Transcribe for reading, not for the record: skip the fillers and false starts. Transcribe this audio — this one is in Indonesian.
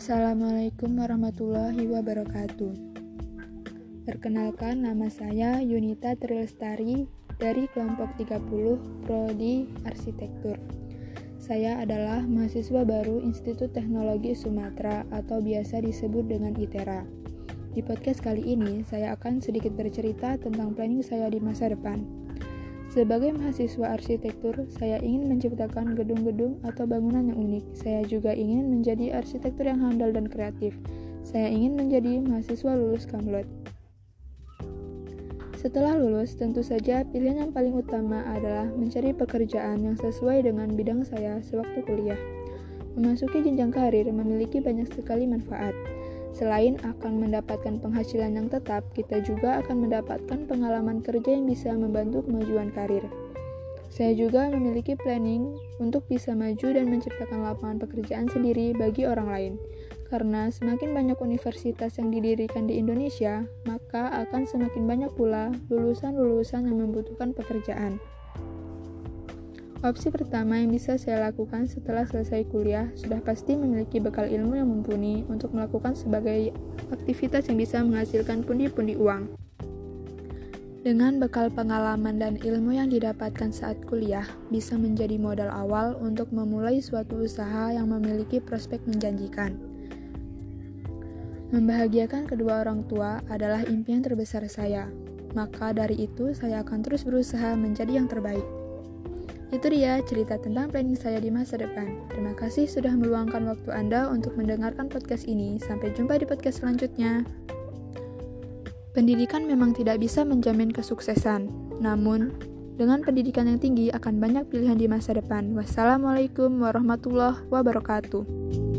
Assalamualaikum warahmatullahi wabarakatuh. Perkenalkan, nama saya Yunita Trilestari dari kelompok 30 Prodi Arsitektur. Saya adalah mahasiswa baru Institut Teknologi Sumatera atau biasa disebut dengan ITERA. Di podcast kali ini, saya akan sedikit bercerita tentang planning saya di masa depan. Sebagai mahasiswa arsitektur, saya ingin menciptakan gedung-gedung atau bangunan yang unik. Saya juga ingin menjadi arsitektur yang handal dan kreatif. Saya ingin menjadi mahasiswa lulus Kamlot. Setelah lulus, tentu saja pilihan yang paling utama adalah mencari pekerjaan yang sesuai dengan bidang saya sewaktu kuliah. Memasuki jenjang karir memiliki banyak sekali manfaat. Selain akan mendapatkan penghasilan yang tetap, kita juga akan mendapatkan pengalaman kerja yang bisa membantu kemajuan karir. Saya juga memiliki planning untuk bisa maju dan menciptakan lapangan pekerjaan sendiri bagi orang lain. Karena semakin banyak universitas yang didirikan di Indonesia, maka akan semakin banyak pula lulusan-lulusan yang membutuhkan pekerjaan. Opsi pertama yang bisa saya lakukan setelah selesai kuliah sudah pasti memiliki bekal ilmu yang mumpuni untuk melakukan sebagai aktivitas yang bisa menghasilkan pundi-pundi uang. Dengan bekal pengalaman dan ilmu yang didapatkan saat kuliah, bisa menjadi modal awal untuk memulai suatu usaha yang memiliki prospek menjanjikan. Membahagiakan kedua orang tua adalah impian terbesar saya, maka dari itu saya akan terus berusaha menjadi yang terbaik. Itu dia cerita tentang planning saya di masa depan. Terima kasih sudah meluangkan waktu Anda untuk mendengarkan podcast ini. Sampai jumpa di podcast selanjutnya. Pendidikan memang tidak bisa menjamin kesuksesan. Namun, dengan pendidikan yang tinggi akan banyak pilihan di masa depan. Wassalamualaikum warahmatullahi wabarakatuh.